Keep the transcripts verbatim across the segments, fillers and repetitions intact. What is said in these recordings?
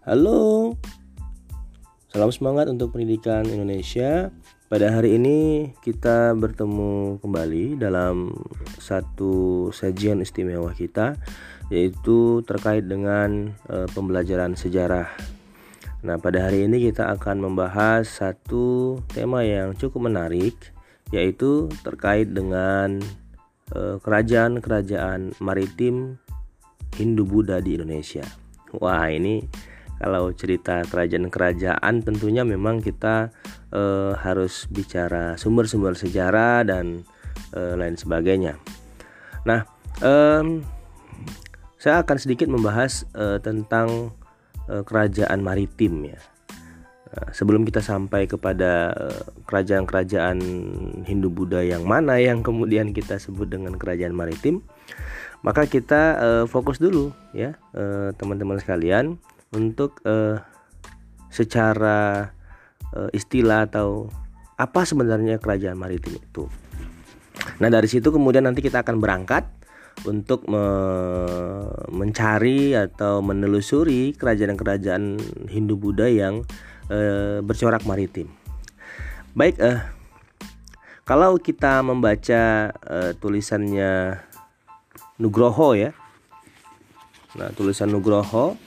Halo, salam semangat untuk pendidikan Indonesia. Pada hari ini kita bertemu kembali dalam satu sajian istimewa kita, yaitu terkait dengan e, pembelajaran sejarah. Nah, pada hari ini kita akan membahas satu tema yang cukup menarik, yaitu terkait dengan e, kerajaan-kerajaan maritim Hindu-Buddha di Indonesia. Wah, ini kalau cerita kerajaan-kerajaan tentunya memang kita e, harus bicara sumber-sumber sejarah dan e, lain sebagainya. Nah, e, saya akan sedikit membahas e, tentang e, kerajaan maritim ya. Nah, sebelum kita sampai kepada e, kerajaan-kerajaan Hindu-Buddha yang mana yang kemudian kita sebut dengan kerajaan maritim, maka kita e, fokus dulu ya e, teman-teman sekalian, untuk uh, secara uh, istilah atau apa sebenarnya kerajaan maritim itu. Nah, dari situ kemudian nanti kita akan berangkat untuk me- mencari atau menelusuri kerajaan-kerajaan Hindu-Buddha yang uh, bercorak maritim. Baik, uh, kalau kita membaca uh, tulisannya Nugroho ya. Nah, tulisan Nugroho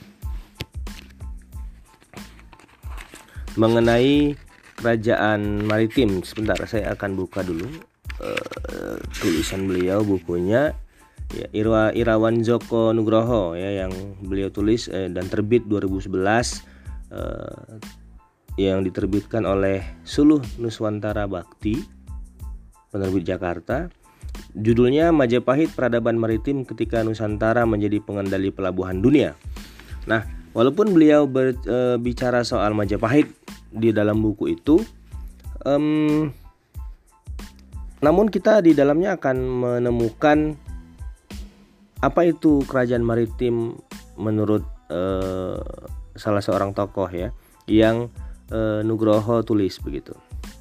mengenai kerajaan maritim. Sebentar, saya akan buka dulu uh, tulisan beliau, bukunya ya, Irwa, Irawan Joko Nugroho ya, yang beliau tulis eh, dan terbit dua ribu sebelas, uh, yang diterbitkan oleh Suluh Nuswantara Bhakti, penerbit Jakarta. Judulnya Majapahit Peradaban Maritim Ketika Nusantara Menjadi Pengendali Pelabuhan Dunia. Nah, walaupun beliau berbicara soal Majapahit di dalam buku itu, um, namun kita di dalamnya akan menemukan apa itu kerajaan maritim menurut uh, salah seorang tokoh ya, yang uh, Nugroho tulis begitu.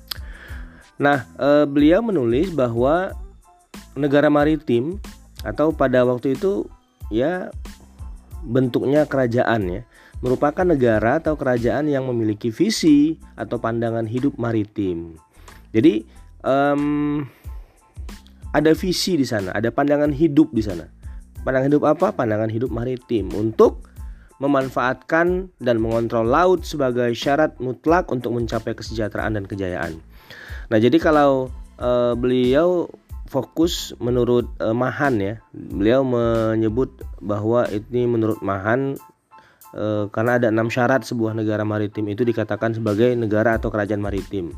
Nah, uh, beliau menulis bahwa negara maritim atau pada waktu itu ya bentuknya kerajaan ya, merupakan negara atau kerajaan yang memiliki visi atau pandangan hidup maritim. Jadi um, ada visi di sana, ada pandangan hidup di sana. Pandangan hidup apa? Pandangan hidup maritim untuk memanfaatkan dan mengontrol laut sebagai syarat mutlak untuk mencapai kesejahteraan dan kejayaan. Nah, jadi kalau uh, beliau fokus menurut uh, Mahan ya, beliau menyebut bahwa ini menurut Mahan E, karena ada enam syarat sebuah negara maritim itu dikatakan sebagai negara atau kerajaan maritim.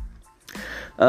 E,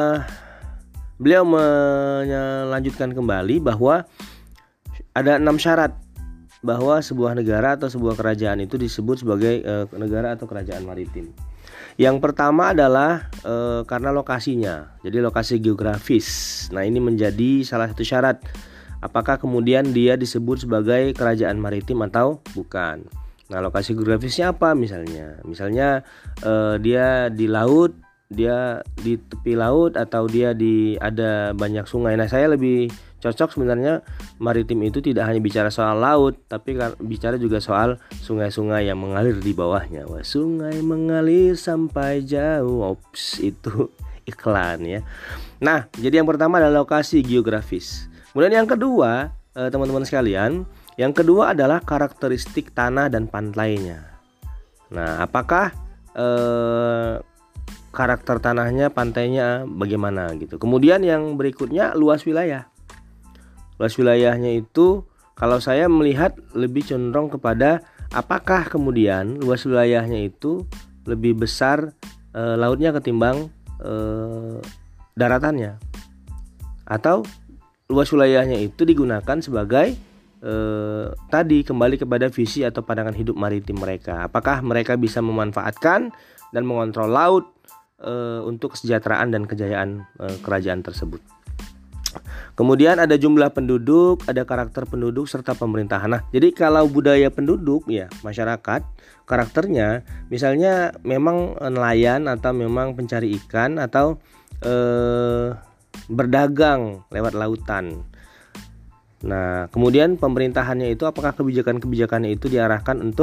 beliau melanjutkan kembali bahwa ada enam syarat bahwa sebuah negara atau sebuah kerajaan itu disebut sebagai e, negara atau kerajaan maritim. Yang pertama adalah e, karena lokasinya, jadi lokasi geografis. Nah, ini menjadi salah satu syarat. Apakah kemudian dia disebut sebagai kerajaan maritim atau bukan? Nah, lokasi geografisnya apa misalnya? Misalnya eh, dia di laut, dia di tepi laut, atau dia di ada banyak sungai. Nah, saya lebih cocok sebenarnya maritim itu tidak hanya bicara soal laut, tapi bicara juga soal sungai-sungai yang mengalir di bawahnya. Wah, sungai mengalir sampai jauh. Ops, itu iklan ya. Nah, jadi yang pertama adalah lokasi geografis. Kemudian yang kedua, eh, teman-teman sekalian, yang kedua adalah karakteristik tanah dan pantainya. Nah, apakah eh, karakter tanahnya, pantainya bagaimana gitu. Kemudian yang berikutnya luas wilayah. Luas wilayahnya itu kalau saya melihat lebih cenderung kepada apakah kemudian luas wilayahnya itu lebih besar eh, lautnya ketimbang eh, daratannya, atau luas wilayahnya itu digunakan sebagai eh, tadi kembali kepada visi atau pandangan hidup maritim mereka. Apakah mereka bisa memanfaatkan dan mengontrol laut eh, untuk kesejahteraan dan kejayaan eh, kerajaan tersebut. Kemudian ada jumlah penduduk, ada karakter penduduk serta pemerintahan. Nah, jadi kalau budaya penduduk ya, masyarakat, karakternya misalnya memang nelayan atau memang pencari ikan atau eh, berdagang lewat lautan. Nah, kemudian pemerintahannya itu apakah kebijakan-kebijakannya itu diarahkan untuk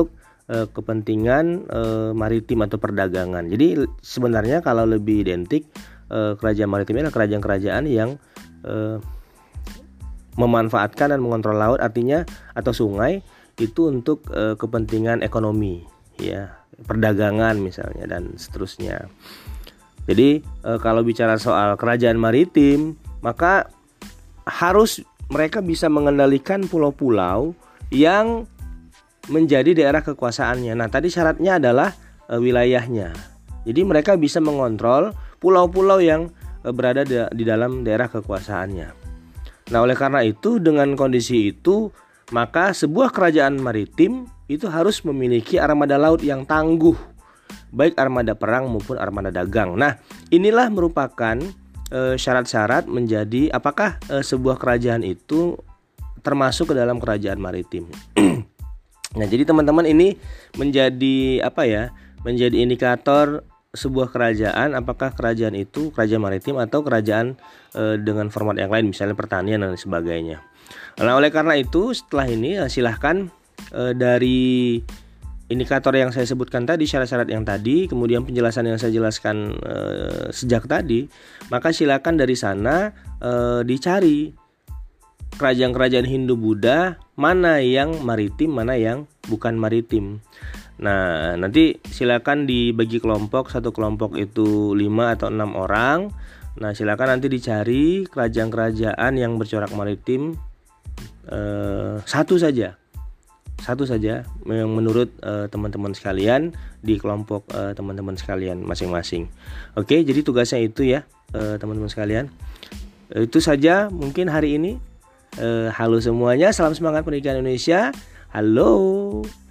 eh, kepentingan eh, maritim atau perdagangan. Jadi sebenarnya kalau lebih identik, eh, kerajaan maritim adalah kerajaan-kerajaan yang eh, memanfaatkan dan mengontrol laut, artinya atau sungai itu untuk e, kepentingan ekonomi, ya, perdagangan misalnya dan seterusnya. Jadi e, kalau bicara soal kerajaan maritim, maka harus mereka bisa mengendalikan pulau-pulau yang menjadi daerah kekuasaannya. Nah, tadi syaratnya adalah e, wilayahnya. Jadi mereka bisa mengontrol pulau-pulau yang e, berada di, di dalam daerah kekuasaannya. Nah, oleh karena itu, dengan kondisi itu, maka sebuah kerajaan maritim itu harus memiliki armada laut yang tangguh, baik armada perang maupun armada dagang. Nah, inilah merupakan e, syarat-syarat menjadi apakah e, sebuah kerajaan itu termasuk ke dalam kerajaan maritim. Nah, jadi teman-teman, ini menjadi apa ya? Menjadi indikator sebuah kerajaan, apakah kerajaan itu kerajaan maritim atau kerajaan e, dengan format yang lain, misalnya pertanian dan sebagainya. Nah, oleh karena itu, setelah ini silahkan e, dari indikator yang saya sebutkan tadi, syarat-syarat yang tadi, kemudian penjelasan yang saya jelaskan e, sejak tadi, maka silakan dari sana e, dicari kerajaan-kerajaan Hindu-Buddha mana yang maritim, mana yang bukan maritim. Nah, nanti silakan dibagi kelompok, satu kelompok itu lima atau enam orang. Nah, silakan nanti dicari kerajaan-kerajaan yang bercorak maritim eh, satu saja, satu saja yang menurut eh, teman-teman sekalian di kelompok eh, teman-teman sekalian masing-masing. Oke, jadi tugasnya itu ya, eh, teman-teman sekalian. Eh, itu saja mungkin hari ini. Eh, halo semuanya, salam semangat pendidikan Indonesia. Halo.